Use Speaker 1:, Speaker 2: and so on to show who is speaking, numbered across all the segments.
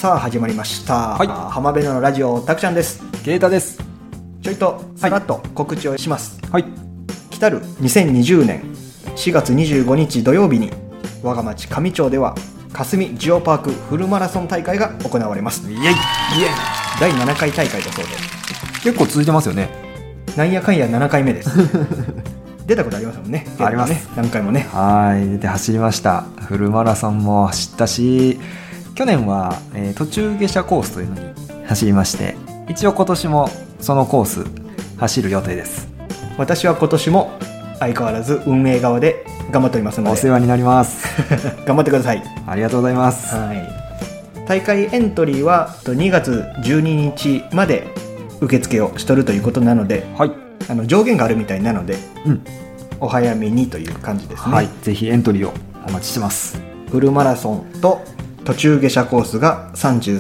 Speaker 1: さあ始まりました、
Speaker 2: はい、
Speaker 1: 浜辺のラジオたくちゃんです。
Speaker 2: ケイタです。
Speaker 1: ちょいとさらっと告知をします。
Speaker 2: はい、
Speaker 1: 来たる2020年4月25日土曜日に我が町上町では霞ジオパークフルマラソン大会が行われます。イエイイエイ第7回大会だそうで、
Speaker 2: 結構続いてますよね。
Speaker 1: なんやかんや7回目です出たことありますもんね。
Speaker 2: あります、
Speaker 1: 何回もね。
Speaker 2: はい、出て走りました。フルマラソンも走ったし、去年は、途中下車コースというのに走りまして、一応今年もそのコース走る予定です。
Speaker 1: 私は今年も相変わらず運営側で頑張っておりますので
Speaker 2: お世話になります
Speaker 1: 頑張ってください。
Speaker 2: ありがとうございます。
Speaker 1: はい、大会エントリーは2月12日まで受付をしとるということなので、
Speaker 2: はい、
Speaker 1: 上限があるみたいなので、
Speaker 2: うん、
Speaker 1: お早めにという感じですね。
Speaker 2: はい、ぜひエントリーをお待ちしてます。
Speaker 1: フルマラソンと途中下車コースが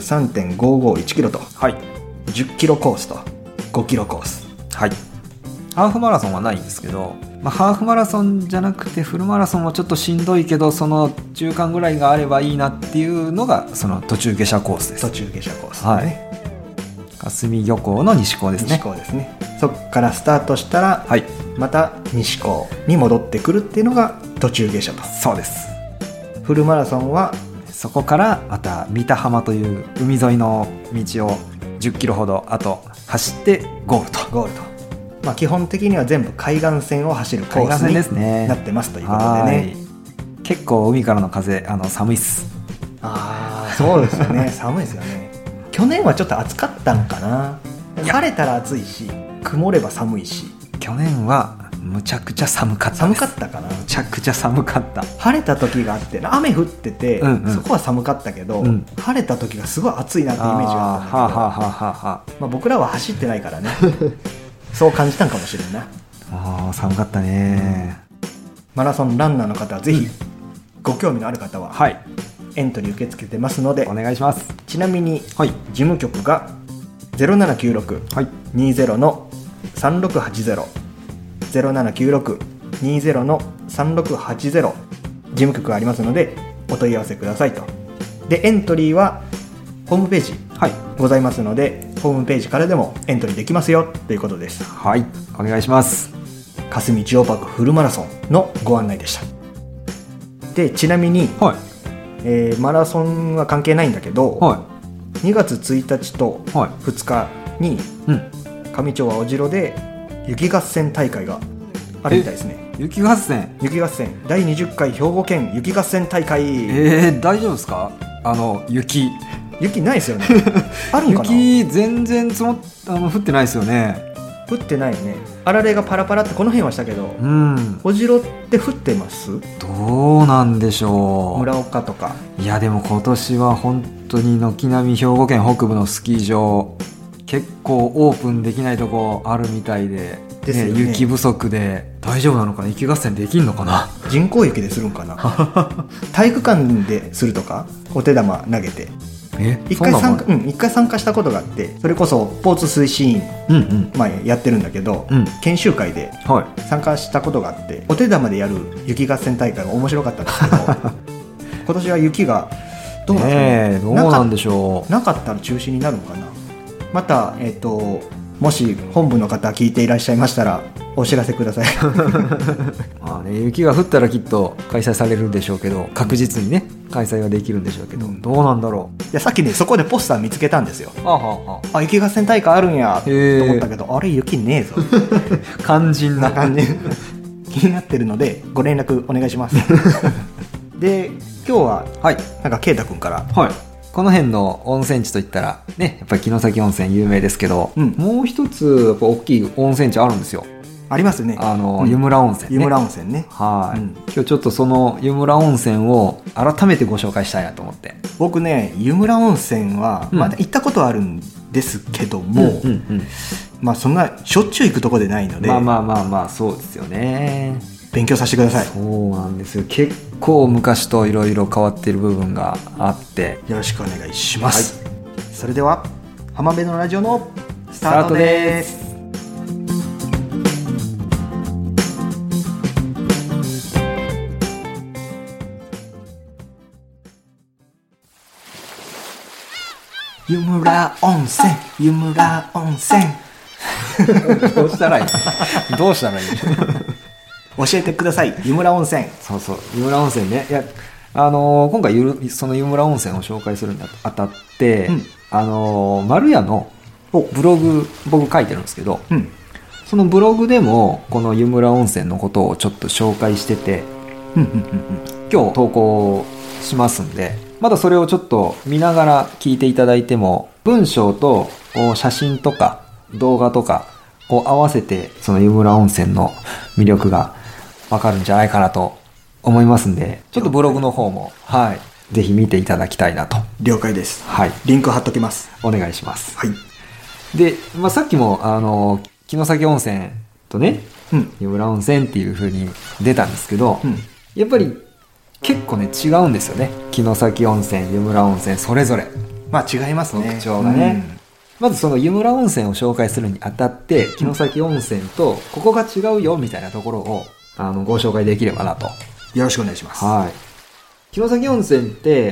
Speaker 1: 33.551 キロと、
Speaker 2: はい、
Speaker 1: 10キロコースと5キロコース、
Speaker 2: はい、ハーフマラソンはないんですけど、ハーフマラソンじゃなくてフルマラソンもちょっとしんどいけど、その中間ぐらいがあればいいなっていうのがその途中下車コースです。
Speaker 1: 途中下車コース、ね、
Speaker 2: はい、霞漁港の西港ですね。
Speaker 1: 西港ですね。そこからスタートしたら、
Speaker 2: はい、
Speaker 1: また西港に戻ってくるっていうのが途中下車と。
Speaker 2: そうです。
Speaker 1: フルマラソンは
Speaker 2: そこからまた三田浜という海沿いの道を10キロほどあと走ってゴールと、
Speaker 1: 基本的には全部海岸線を走るコースになってますということでね。
Speaker 2: 結構海からの風寒いっす。
Speaker 1: そうですよね寒いですよね。去年はちょっと暑かったんかな。晴れたら暑いし、曇れば寒いし。
Speaker 2: 去年はむちゃくちゃ寒かったです。
Speaker 1: 寒かったかな。む
Speaker 2: ちゃくちゃ寒かった。
Speaker 1: 晴れた時があって、雨降ってて、そこは寒かったけど、晴れた時がすごい暑いなってイメージがあったんだけど、僕らは走ってないからねそう感じたんかもしれんな。
Speaker 2: 寒かったね。
Speaker 1: マラソンランナーの方はぜひ、ご興味のある方は、
Speaker 2: はい、
Speaker 1: エントリー受け付けてますので
Speaker 2: お願いします。
Speaker 1: ちなみに、
Speaker 2: はい、
Speaker 1: 事務局が 0796-20-3680、0796-20-3680 事務局がありますのでお問い合わせくださいと。でエントリーはホームページございますので、ホームページからでもエントリーできますよということです。
Speaker 2: はい、お願いします。
Speaker 1: 霞ジオパークフルマラソンのご案内でした。でちなみに、
Speaker 2: はい、
Speaker 1: マラソンは関係ないんだけど、
Speaker 2: はい、
Speaker 1: 2月1日と2日に、上町青白で雪合戦大会があるみたいですね。
Speaker 2: 雪合戦
Speaker 1: 第20回兵庫県雪合戦大会。
Speaker 2: 大丈夫ですか？雪
Speaker 1: ないですよねあるんかな。
Speaker 2: 雪全然降ってないですよね。
Speaker 1: 降ってないよね。あられがパラパラってこの辺はしたけど、青白って降ってます？
Speaker 2: どうなんでしょう。
Speaker 1: 村岡とか。
Speaker 2: いやでも今年は本当に軒並み兵庫県北部のスキー場結構オープンできないとこあるみたいで、雪不足で大丈夫なのかな。雪合戦できんのかな。
Speaker 1: 人工雪でするんかな体育館でするとか、お手玉投げて一回参加したことがあって、それこそスポーツ推進員、やってるんだけど、研修会で参加したことがあって、お手玉でやる雪合戦大会が面白かったんですけど今年は雪がどうなんでしょう。なかったら中止になるのかな。また、もし本部の方聞いていらっしゃいましたらお知らせください
Speaker 2: 雪が降ったらきっと開催されるでしょうけど、確実にね開催はできるんでしょうけど、どうなんだろう。
Speaker 1: いやさっきねそこでポスター見つけたんですよ。雪合戦大会あるんやと思ったけど、あれ雪ねえぞ肝心な感じ気になってるのでご連絡お願いしますで今日は、なんか圭太君から、
Speaker 2: この辺の温泉地といったらね、やっぱり城崎温泉有名ですけど、もう一つやっぱ大きい温泉地あるんですよ。
Speaker 1: ありますね。
Speaker 2: 湯村温泉ね。
Speaker 1: 湯村温泉ね。
Speaker 2: 今日ちょっとその湯村温泉を改めてご紹介したいなと思って。
Speaker 1: 僕ね湯村温泉はまだ行ったことあるんですけども、そんなしょっちゅう行くとこでないので、
Speaker 2: そうですよね。
Speaker 1: 勉強させてください。
Speaker 2: そうなんですよ。結構昔といろいろ変わっている部分があって、
Speaker 1: よろしくお願いします。それでは浜辺のラジオのスタートです。 湯村温泉、湯村温泉。
Speaker 2: どうしたらいいどうしたらいい
Speaker 1: 教えてください、湯村温泉。
Speaker 2: そうそう、湯村温泉ね。いや、今回その湯村温泉を紹介するにあたって、丸屋のブログ僕書いてるんですけど、そのブログでもこの湯村温泉のことをちょっと紹介してて、今日投稿しますんで、まだそれをちょっと見ながら聞いていただいても、文章と写真とか動画とかを合わせてその湯村温泉の魅力がわかるんじゃないかなと思いますんで、ちょっとブログの方も、はい、ぜひ見ていただきたいなと。
Speaker 1: 了解です。
Speaker 2: はい。
Speaker 1: リンク貼っときます。
Speaker 2: お願いします。
Speaker 1: はい。
Speaker 2: で、さっきも、城崎温泉とね、湯村温泉っていう風に出たんですけど、やっぱり結構ね、違うんですよね。城崎温泉、湯村温泉、それぞれ。
Speaker 1: まあ違いますね。
Speaker 2: 特徴がね。まずその湯村温泉を紹介するにあたって、城崎温泉とここが違うよみたいなところを、ご紹介できればなと。
Speaker 1: よろしくお願いします。
Speaker 2: はい。城崎温泉って、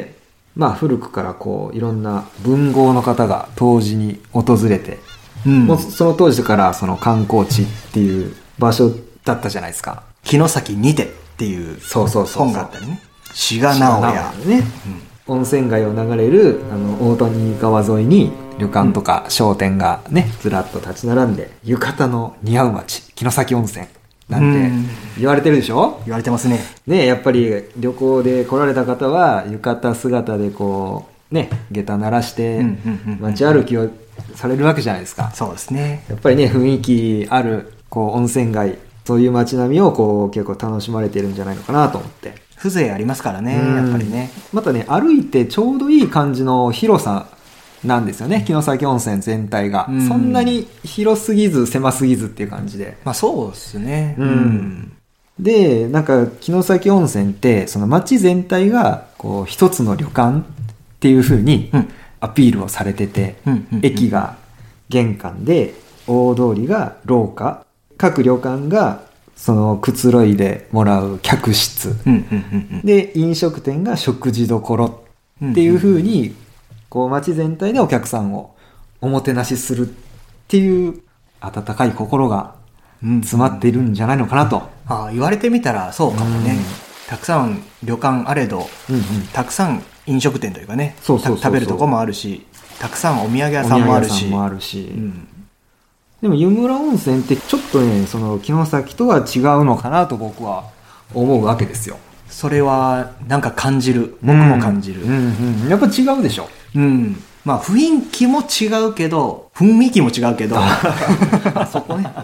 Speaker 2: まあ古くからこういろんな文豪の方が湯治に訪れて、もうその当時からその観光地っていう場所だったじゃないですか。
Speaker 1: 城崎にてっていう本があったりね。志賀直哉
Speaker 2: ね、温泉街を流れる大谷川沿いに旅館とか商店がね、ずらっと立ち並んで、浴衣の似合う街城崎温泉なんて言われてるでしょ。
Speaker 1: 言われてますね。
Speaker 2: ね、やっぱり旅行で来られた方は浴衣姿でこうね、下駄鳴らして街歩きをされるわけじゃないですか。
Speaker 1: そうですね。
Speaker 2: やっぱりね、雰囲気あるこう温泉街、そういう街並みをこう結構楽しまれてるんじゃないのかなと思って。
Speaker 1: 風情ありますからね、やっぱりね。
Speaker 2: またね、歩いてちょうどいい感じの広さなんですよね、城崎温泉全体が。そんなに広すぎず狭すぎずっていう感じで。
Speaker 1: まあそうですね。
Speaker 2: で、なんか城崎温泉ってその街全体がこう一つの旅館っていう風にアピールをされてて、駅が玄関で、大通りが廊下、各旅館がそのくつろいでもらう客室、で飲食店が食事どころっていう風にこう街全体でお客さんをおもてなしするっていう温かい心が詰まっているんじゃないのかなと。
Speaker 1: 言われてみたらそうかもね。たくさん旅館あれど、たくさん飲食店というかね、食べるとこもあるし、たくさんお土産屋さんもあるし、でも湯村温泉ってちょっとね、その城崎とは違うのかなと僕は思うわけですよ。それはなんか感じる。僕も感じる。やっぱ違うでしょ。まあ雰囲気も違うけど、そこね。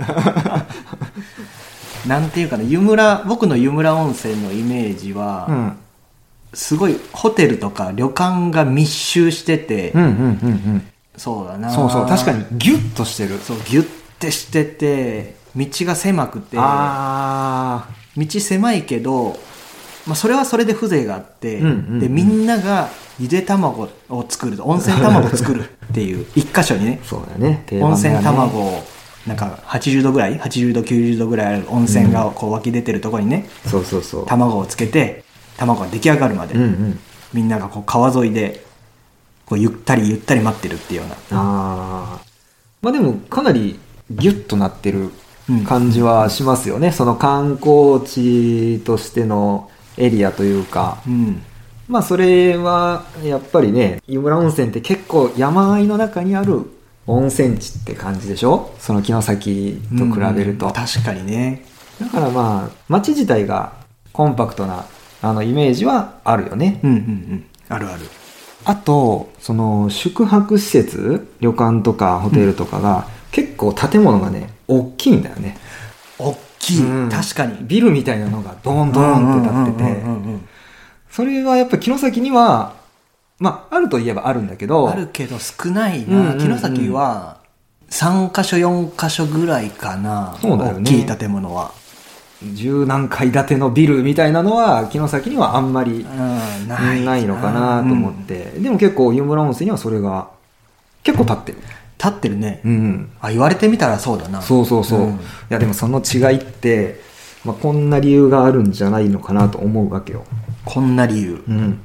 Speaker 1: なんていうかな、僕の湯村温泉のイメージは、すごいホテルとか旅館が密集してて、そうだな。
Speaker 2: そうそう、確かにギュッとしてる。
Speaker 1: そう、ギュッてしてて、道が狭くて、道狭いけど、まあそれはそれで風情があって、でみんながゆで卵を作る、温泉卵を作るっていう一箇所にね、
Speaker 2: そうだね、
Speaker 1: 温泉卵をなんか80度ぐらい、80度90度ぐらいある温泉がこう湧き出てるところにね、卵をつけて、卵が出来上がるまで、みんながこう川沿いでこうゆったり待ってるっていうような。
Speaker 2: まあでもかなりギュッとなってる感じはしますよね。その観光地としてのエリアというか、まあそれはやっぱりね、湯村温泉って結構山あいの中にある温泉地って感じでしょ、その城崎と比べると。
Speaker 1: 確かにね。
Speaker 2: だからまあ街自体がコンパクトなイメージはあるよね。
Speaker 1: あるある。あ
Speaker 2: とその宿泊施設、旅館とかホテルとかが、結構建物がね大きいんだよね。
Speaker 1: 大きい、確かに
Speaker 2: ビルみたいなのがドーンドーンって立ってて、それはやっぱ城崎にはまああるといえばあるんだけど、
Speaker 1: あるけど少ないな。城崎は3カ所4カ所ぐらいかな。
Speaker 2: そうだよね、
Speaker 1: 大きい建物は。
Speaker 2: 10何階建てのビルみたいなのは城崎にはあんまりないのかなと思って、でも結構湯村温泉にはそれが結構立ってる
Speaker 1: ね。言われてみたらそうだな。
Speaker 2: そう、いやでもその違いって、まあ、こんな理由があるんじゃないのかなと思うわけよ。
Speaker 1: こんな理由。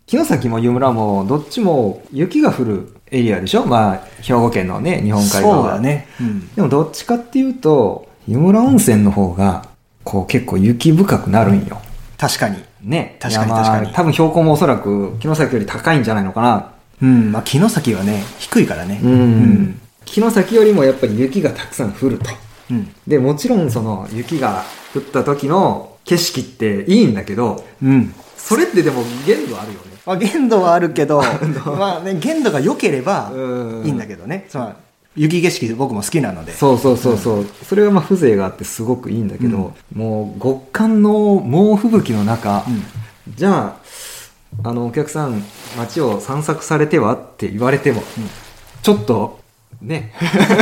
Speaker 2: 城崎も湯村もどっちも雪が降るエリアでしょ。まあ兵庫県のね日本海側。
Speaker 1: そうだね、
Speaker 2: でもどっちかっていうと湯村温泉の方がこう結構雪深くなるんよ。
Speaker 1: 確かに
Speaker 2: ね。
Speaker 1: 確かに
Speaker 2: 多分標高もおそらく城崎より高いんじゃないのかな。
Speaker 1: まあ城崎はね低いからね。
Speaker 2: 城崎よりもやっぱり雪がたくさん降ると。でもちろんその雪が降った時の景色っていいんだけど、それってでも限度あるよね。
Speaker 1: まあ、限度はあるけどまあね限度が良ければいいんだけどね。雪景色僕も好きなので。
Speaker 2: そう、それはまあ風情があってすごくいいんだけど、もう極寒の猛吹雪の中、じゃあお客さん街を散策されてはって言われても、ちょっとね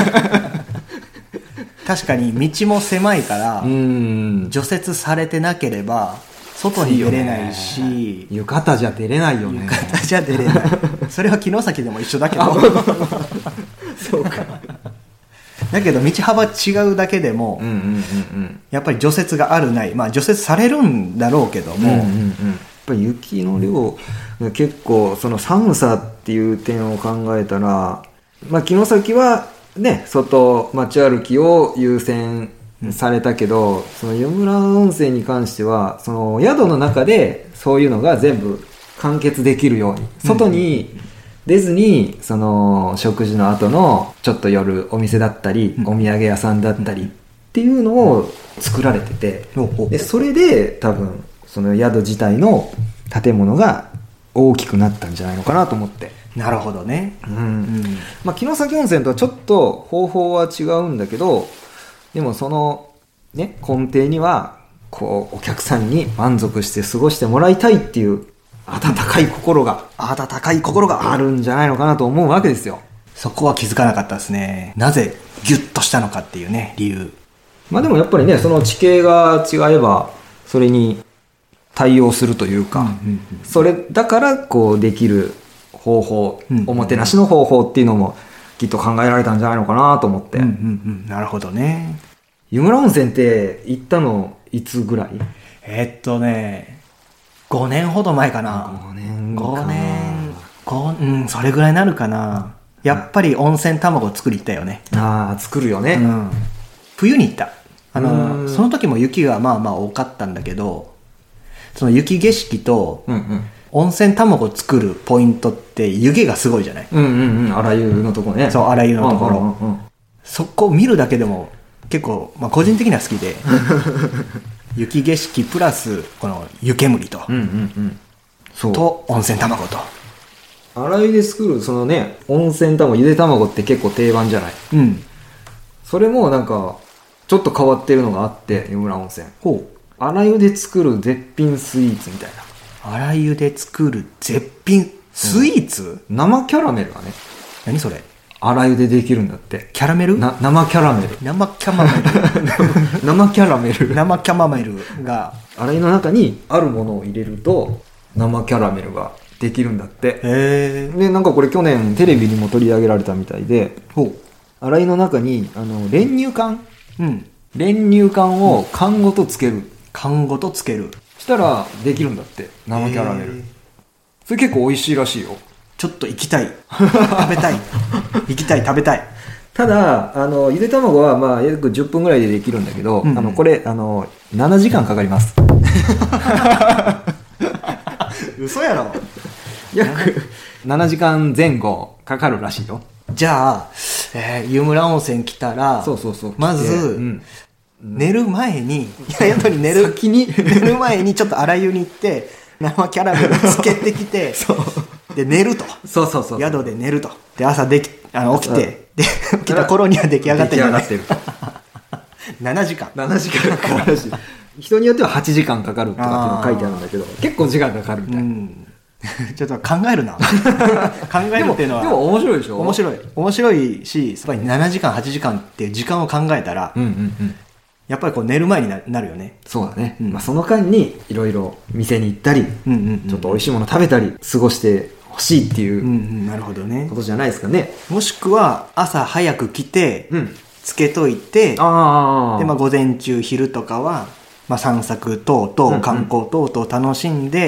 Speaker 1: 確かに道も狭いから除雪されてなければ外に出れないし、
Speaker 2: 浴衣じゃ出れないよね。
Speaker 1: 浴衣じゃ出れないそれは城崎でも一緒だけど
Speaker 2: そうか
Speaker 1: だけど道幅違うだけでも、やっぱり除雪があるない、まあ除雪されるんだろうけども、
Speaker 2: やっぱり雪の量が結構その寒さっていう点を考えたら、まあ城崎はね外街歩きを優先されたけど、その湯村温泉に関してはその宿の中でそういうのが全部完結できるように、外に出ずにその食事の後のちょっと夜お店だったり、お土産屋さんだったりっていうのを作られてて、でそれで多分その宿自体の建物が大きくなったんじゃないのかなと思って。
Speaker 1: なるほどね。
Speaker 2: まあ城崎温泉とはちょっと方法は違うんだけど、でもそのね根底にはこうお客さんに満足して過ごしてもらいたいっていう温かい心があるんじゃないのかなと思うわけですよ。
Speaker 1: そこは気づかなかったですね。なぜギュッとしたのかっていうね理由。
Speaker 2: まあでもやっぱりねその地形が違えばそれに対応するというか、それだからこうできる方法、おもてなしの方法っていうのもきっと考えられたんじゃないのかなと思って。
Speaker 1: なるほどね。
Speaker 2: 湯村温泉って行ったのいつぐらい
Speaker 1: ？5年ほど前かな。5年、それぐらいになるかな。やっぱり温泉卵作り行ったよね。
Speaker 2: 作るよね。
Speaker 1: 冬に行った。その時も雪がまあまあ多かったんだけど、その雪景色と、温泉卵作るポイントって湯気がすごいじゃない。
Speaker 2: 荒湯のとこね。
Speaker 1: そう、荒湯のところ。そこを見るだけでも結構、まあ個人的には好きで、雪景色プラスこの湯煙と、と温泉卵と。
Speaker 2: 荒湯で作るそのね温泉卵、ゆで卵って結構定番じゃない。それもなんかちょっと変わってるのがあって、湯村温泉。荒湯で作る絶品スイーツみたいな。
Speaker 1: 荒湯で作る絶品スイーツ、
Speaker 2: 生キャラメルがね。
Speaker 1: 何それ？
Speaker 2: 荒湯でできるんだって。
Speaker 1: キャラメル？
Speaker 2: 生キャラメル。
Speaker 1: 生キャマメル。
Speaker 2: 生キャラメル。
Speaker 1: 生キャマメルが。
Speaker 2: 荒湯の中にあるものを入れると、生キャラメルができるんだって。で、なんかこれ去年テレビにも取り上げられたみたいで、荒湯の中に、練乳缶？練乳缶を缶ごとつける。したらできるんだって、生キャラメル。それ結構美味しいらしいよ。
Speaker 1: ちょっと行きたい。食べたい。行きたい、食べたい。
Speaker 2: ただ、ゆで卵はまあ約10分ぐらいでできるんだけど、これ、7時間かかります。
Speaker 1: 嘘やろ。
Speaker 2: 約7時間前後かかるらしいよ。
Speaker 1: じゃあ、湯村温泉来たら、まず、寝る前に、寝る前にちょっと荒湯に行って、生キャラメルつけてきて、で、寝ると。宿で寝ると。で、朝起きて、で、起きた頃には出来上がってる。7時間。
Speaker 2: 7時間かかるらしい。人によっては8時間かかるとかっていうの書いてあるんだけど、結構時間かかるみたいな。
Speaker 1: ちょっと考えるな。考えるっていうのは。
Speaker 2: でも面白いでしょ？
Speaker 1: 面白いし、やっぱり7時間、8時間っていう時間を考えたら、やっぱりこう寝る前になるよね。
Speaker 2: そうだね。まあその間にいろいろ店に行ったり、ちょっと美味しいもの食べたり、過ごしてほしいっていう、
Speaker 1: なるほどね。
Speaker 2: ことじゃないですかね。
Speaker 1: もしくは朝早く来て、つけといて、で、まあ午前中昼とかは、まあ散策等々、観光等々楽しんで、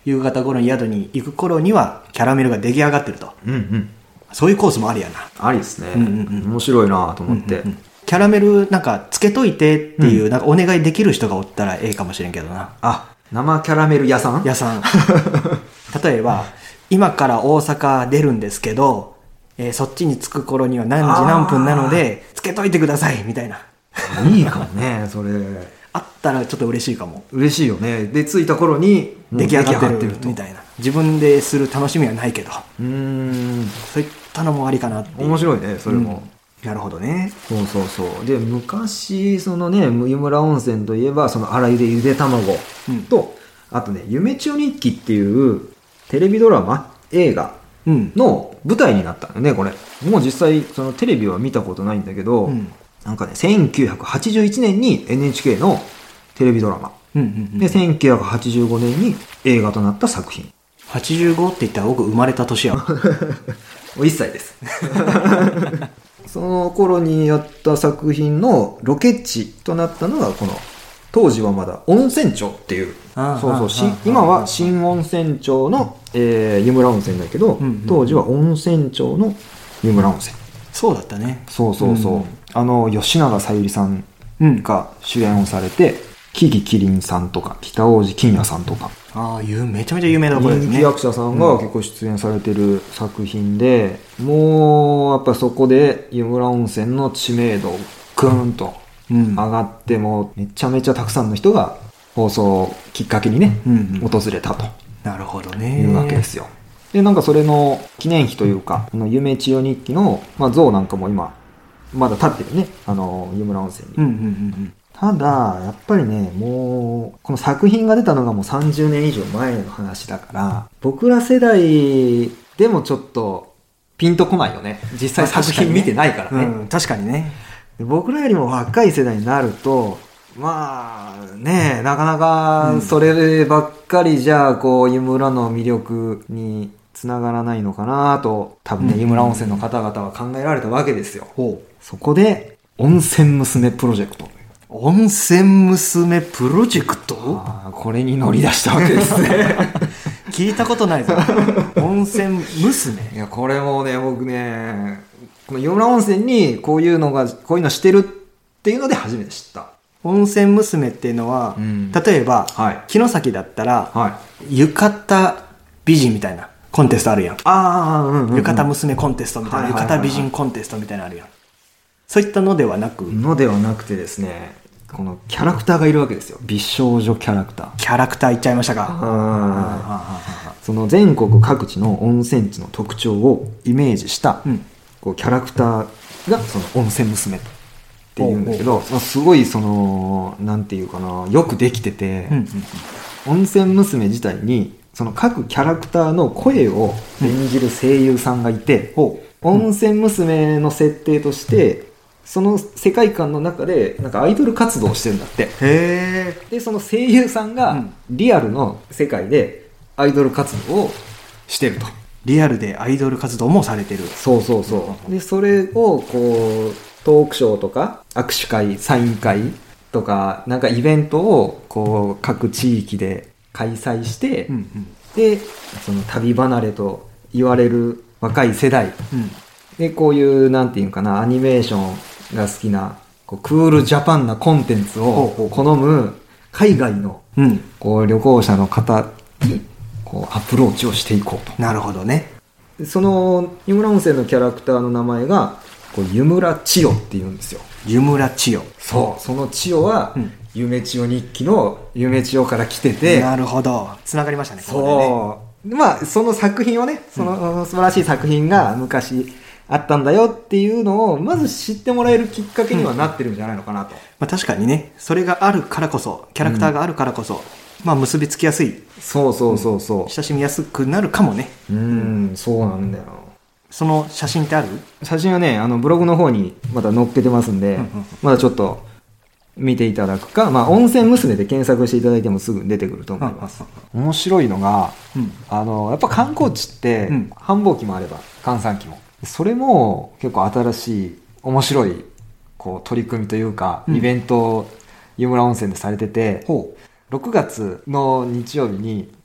Speaker 1: 夕方頃に宿に行く頃にはキャラメルが出来上がってると。
Speaker 2: うんうん。
Speaker 1: そういうコースもありやな。
Speaker 2: ありですね。面白いなと思って、
Speaker 1: キャラメルなんかつけといてっていう、なんかお願いできる人がおったらええかもしれんけどな。
Speaker 2: あ、生キャラメル屋さん。
Speaker 1: 例えば、今から大阪出るんですけど、そっちに着く頃には何時何分なので、つけといてくださいみたいな。
Speaker 2: いいかもね、それ。
Speaker 1: あったらちょっと嬉しいかも。
Speaker 2: 嬉しいよね。で、着いた頃に
Speaker 1: 出来上がってるみたいな。自分でする楽しみはないけど。そういったのもありかなって。
Speaker 2: 面白いね、それも。
Speaker 1: なるほどね。
Speaker 2: そうそうそう。で、昔、そのね、湯村温泉といえば、その荒湯でゆで卵と、あとね、夢千代日記っていうテレビドラマ、映画の舞台になったんだよね、これ。もう実際、そのテレビは見たことないんだけど、なんかね、1981年に NHK のテレビドラマ。で、1985年に映画となった作品。
Speaker 1: 85って言ったら僕生まれた年やわ。
Speaker 2: もう1歳です。その頃にやった作品のロケ地となったのが、この、当時はまだ温泉町っていう、今は新温泉町の、湯村温泉だけど、当時は温泉町の湯村温泉。
Speaker 1: そうだったね。
Speaker 2: そう。吉永小百合さんが主演をされて、木々麒麟さんとか、北大路欣也さんとか。
Speaker 1: めちゃめちゃ有名なこれですね。
Speaker 2: 人気役者さんが結構出演されてる作品で、もう、やっぱそこで湯村温泉の知名度、グーンと上がって、もうめちゃめちゃたくさんの人が放送きっかけにね、訪れたと。
Speaker 1: なるほどね。
Speaker 2: いうわけですよ。で、なんかそれの記念碑というか、夢千代日記の、像なんかも今、まだ立ってるね、湯村温泉に。ただ、やっぱりね、もう、この作品が出たのがもう30年以上前の話だから、僕ら世代でもちょっとピンとこないよね。実際作品見てないからね。
Speaker 1: 確かにね。
Speaker 2: 僕らよりも若い世代になると、まあね、なかなかそればっかりじゃあ、こう、湯村の魅力につながらないのかなと、多分ね、湯村温泉の方々は考えられたわけですよ。そこで、温泉娘プロジェクト。
Speaker 1: 温泉娘プロジェクト？
Speaker 2: これに乗り出したわけですね。
Speaker 1: 聞いたことないぞ。温泉娘。
Speaker 2: いや、これもね、僕ね、この湯村温泉にこういうのしてるっていうので初めて知った。
Speaker 1: 温泉娘っていうのは、例えば、城崎だったら、浴衣美人みたいなコンテストあるやん。浴衣娘コンテストみたいな、浴衣美人コンテストみたいなのあるやん。そういったのではなく
Speaker 2: てですね、このキャラクターがいるわけですよ。美少女キャラクター。
Speaker 1: キャラクター言っちゃいましたか。
Speaker 2: その全国各地の温泉地の特徴をイメージした、こうキャラクターがその温泉娘っていうんだけど、すごいなんていうかな、よくできてて、温泉娘自体にその各キャラクターの声を演じる声優さんがいて、温泉娘の設定としてその世界観の中でなんかアイドル活動をしてるんだって。でその声優さんがリアルの世界でアイドル活動をしてると。
Speaker 1: リアルでアイドル活動もされてる。
Speaker 2: そうでそれをこうトークショーとか握手会サイン会とかなんかイベントをこう各地域で開催して、でその旅離れと言われる若い世代、でこういうなんていうかな、アニメーションが好きなこうクールジャパンなコンテンツを好む海外のこう旅行者の方にこうアプローチをしていこうと。
Speaker 1: なるほどね。
Speaker 2: その湯村温泉のキャラクターの名前がこう湯村千代っていうんですよ。
Speaker 1: 湯村千代。
Speaker 2: その千代は、夢千代日記の夢千代から来てて。
Speaker 1: なるほど。つながりましたね。
Speaker 2: その作品をね、その素晴らしい作品が昔あったんだよっていうのをまず知ってもらえるきっかけにはなってるんじゃないのかなと。
Speaker 1: 確かにね、それがあるからこそ、キャラクターがあるからこそ、結びつきやすい。
Speaker 2: そう
Speaker 1: 親しみやすくなるかもね。
Speaker 2: そうなんだよ。
Speaker 1: その写真ってある？
Speaker 2: 写真はね、ブログの方にまだ載っけてますんで、まだちょっと見ていただくか、温泉娘で検索していただいてもすぐ出てくると思います。面白いのが、やっぱ観光地って、繁忙期もあれば閑散期も。それも結構新しい、面白い、こう取り組みというか、イベントを湯村温泉でされてて、6月の日曜日に、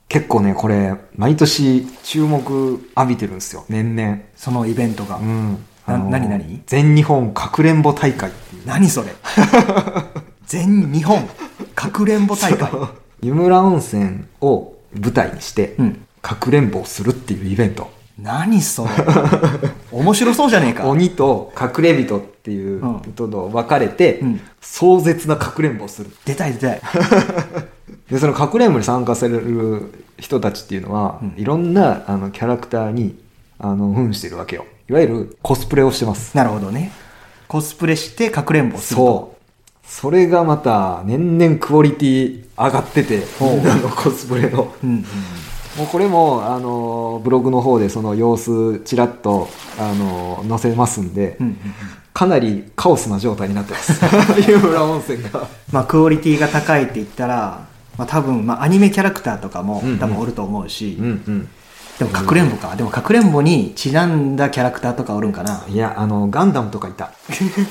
Speaker 2: 結構ね、これ、毎年注目浴びてるんですよ、年々。
Speaker 1: そのイベントが。うん。何
Speaker 2: 全日本かくれんぼ大会っていう。
Speaker 1: 何それ全日本かくれんぼ大会。
Speaker 2: 湯村温泉を舞台にして、かくれんぼをするっていうイベント。
Speaker 1: 何それ面白そうじゃねえか。
Speaker 2: 鬼と隠れ人っていうと分かれて、壮絶なかくれんぼをする。
Speaker 1: 出たい
Speaker 2: でそのかくれんぼに参加される人たちっていうのは、いろんなキャラクターに扮してるわけよ。いわゆるコスプレをしてます。
Speaker 1: なるほどね。コスプレしてかくれんぼすると。
Speaker 2: そう。それがまた年々クオリティ上がってて、コスプレの。もうこれもブログの方でその様子ちらっと載せますんで、かなりカオスな状態になってます湯村温泉が。
Speaker 1: まあクオリティが高いって言ったら、まあ、多分、アニメキャラクターとかも多分おると思うし、でもかくれんぼか。でもかくれんぼにちなんだキャラクターとかおるんかな。
Speaker 2: いやガンダムとかいた。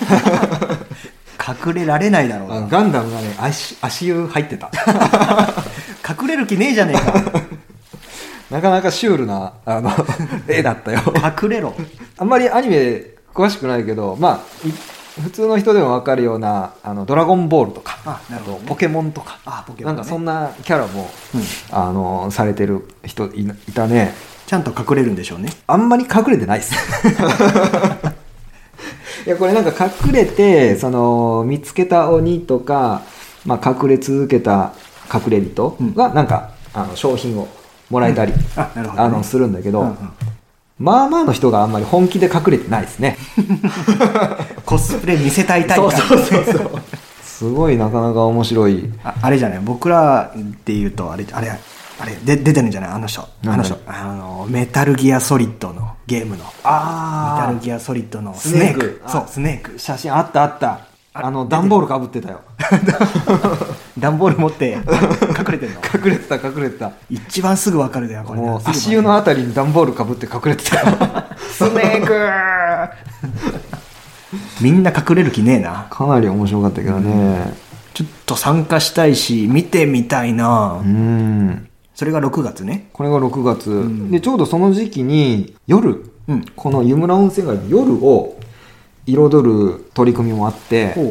Speaker 1: 隠れられないだろうな。
Speaker 2: ガンダムがね足湯入ってた。
Speaker 1: 隠れる気ねえじゃねえか。
Speaker 2: なかなかシュールな絵だったよ。
Speaker 1: 隠れろ。あ
Speaker 2: んまりアニメ詳しくないけど、まあ普通の人でも分かるようなドラゴンボールとか、あとポケモンとか、なんかそんなキャラも、されてる人いたね。
Speaker 1: ちゃんと隠れるんでしょうね。
Speaker 2: あんまり隠れてないです。いやこれなんか隠れて見つけた鬼とか、まあ、隠れ続けた隠れ人がなんか、商品をもらえたり、するんだけど、まあまあの人があんまり本気で隠れてないですね。
Speaker 1: コスプレ見せたいタイプ。
Speaker 2: そうすごいなかなか面白い。
Speaker 1: あれじゃない、僕らっていうとあれ出てるんじゃない、あの人メタルギアソリッドのゲームの、メタルギアソリッドのスネーク。そう、スネーク。
Speaker 2: 写真あった段ボールかぶってたよ。
Speaker 1: 段ボール持って隠れてんの。
Speaker 2: 隠れてた。
Speaker 1: 一番すぐ分かるだよこれ。
Speaker 2: もう足湯のあたりに段ボールかぶって隠れてたよ。
Speaker 1: スネークみんな隠れる気ねえな。
Speaker 2: かなり面白かったけどね、
Speaker 1: ちょっと参加したいし見てみたいな。それが6月ね。
Speaker 2: これが6月、でちょうどその時期に夜、この湯村温泉街の夜を彩る取り組みもあって、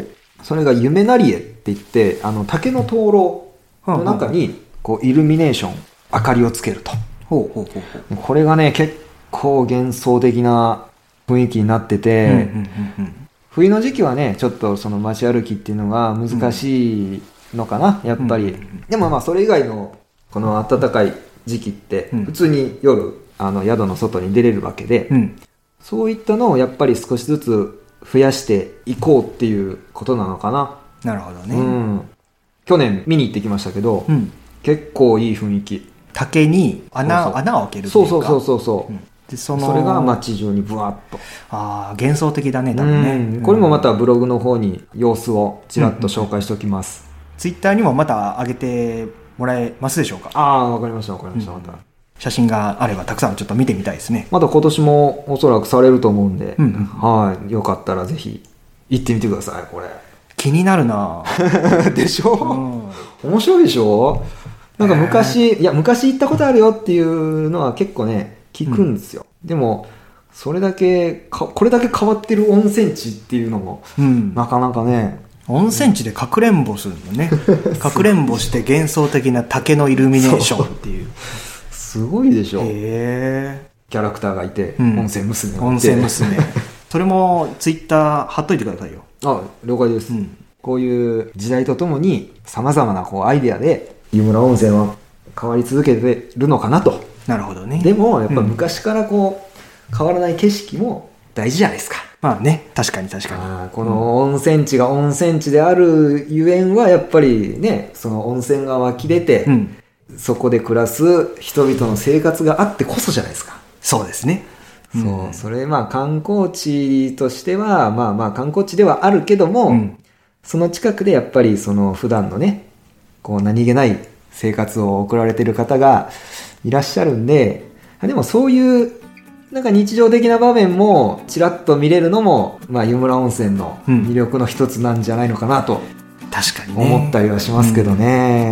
Speaker 2: それが夢なりえって言って、竹の灯籠の中にこうイルミネーション、明かりをつけると。これがね結構幻想的な雰囲気になってて、冬の時期はねちょっとその街歩きっていうのが難しいのかな、やっぱり。でもまあそれ以外のこの暖かい時期って普通に夜宿の外に出れるわけで、そういったのをやっぱり少しずつ増やしていこうっていうことなのかな。
Speaker 1: なるほどね。
Speaker 2: 去年見に行ってきましたけど、結構いい雰囲気。
Speaker 1: 竹に穴を開けるっていうか。
Speaker 2: そう。でそれが街中にブワッと。
Speaker 1: 幻想的だね多分ね。
Speaker 2: これもまたブログの方に様子をちらっと紹介しておきます。
Speaker 1: ツイッターにもまた上げてもらえますでしょうか。
Speaker 2: わかりました。また
Speaker 1: 写真があればたくさんちょっと見てみたいですね。
Speaker 2: また今年もおそらくされると思うんで、よかったらぜひ行ってみてください。これ
Speaker 1: 気になるな。
Speaker 2: でしょ、面白いでしょ。なんか昔行ったことあるよっていうのは結構ね聞くんですよ、でもこれだけ変わってる温泉地っていうのも、なかなかね。
Speaker 1: 温泉地でかくれんぼするのね。かくれんぼして幻想的な竹のイルミネーションっていう。
Speaker 2: すごいでしょ。キャラクターがいて、温泉娘がいて。それもツイッター貼っといてくださいよ。 了解です、こういう時代とともにさまざまなアイデアで湯村温泉は変わり続けてるのかなと。
Speaker 1: なるほどね。
Speaker 2: でもやっぱ昔から変わらない景色も大事じゃないですか。
Speaker 1: まあね、確かに
Speaker 2: この温泉地が温泉地であるゆえんはやっぱりね、その温泉が湧き出て、そこで暮らす人々の生活があってこそじゃないですか。
Speaker 1: そうですね。
Speaker 2: それ観光地としては観光地ではあるけども、その近くでやっぱりその普段のね何気ない生活を送られている方がいらっしゃるんで、でもそういうなんか日常的な場面もちらっと見れるのも、湯村温泉の魅力の一つなんじゃないのかなと
Speaker 1: 確かに
Speaker 2: 思ったりはしますけどね。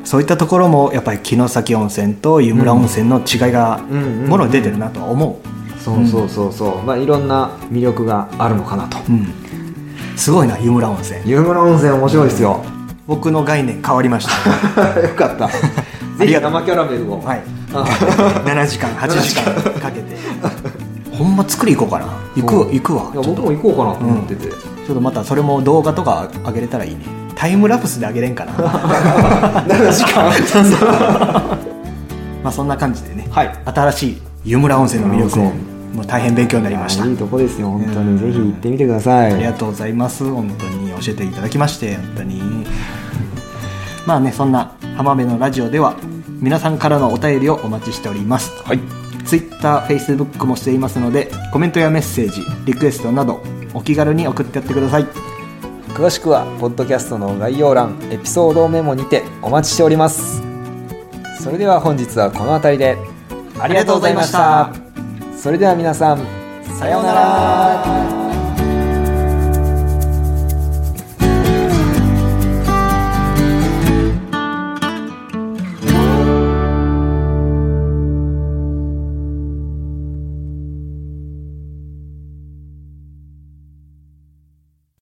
Speaker 1: そういったところもやっぱり城崎温泉と湯村温泉の違いがもろに出てるなとは思う。
Speaker 2: そうそうそうそう、まあ、いろんな魅力があるのかなと、
Speaker 1: すごいな湯村温泉。
Speaker 2: 湯村温泉面白いですよ。
Speaker 1: 僕の概念変わりました
Speaker 2: よかったぜひ生キャラメルを、
Speaker 1: はい、7時間8時間かけてほんま作り行こうかな。行くわ。
Speaker 2: いや僕も行こうかなと思ってて、
Speaker 1: ちょっとまたそれも動画とか上げれたらいいね。タイムラプスで上げれんかな
Speaker 2: 7時間
Speaker 1: まあそんな感じでね、
Speaker 2: はい、
Speaker 1: 新しい湯村温泉の魅力をもう大変勉強になりました。
Speaker 2: いいとこですよ本当に、ぜひ行ってみてください。
Speaker 1: ありがとうございます。本当に教えていただきまして本当にまあね、そんな浜辺のラジオでは皆さんからのお便りをお待ちしております。
Speaker 2: はい、
Speaker 1: Twitter、Facebook もしていますので、コメントやメッセージ、リクエストなどお気軽に送ってやってください。
Speaker 2: 詳しくはポッドキャストの概要欄、エピソードメモにてお待ちしております。それでは本日はこの辺りで
Speaker 1: ありがとうございました。
Speaker 2: それでは皆さん、さようなら。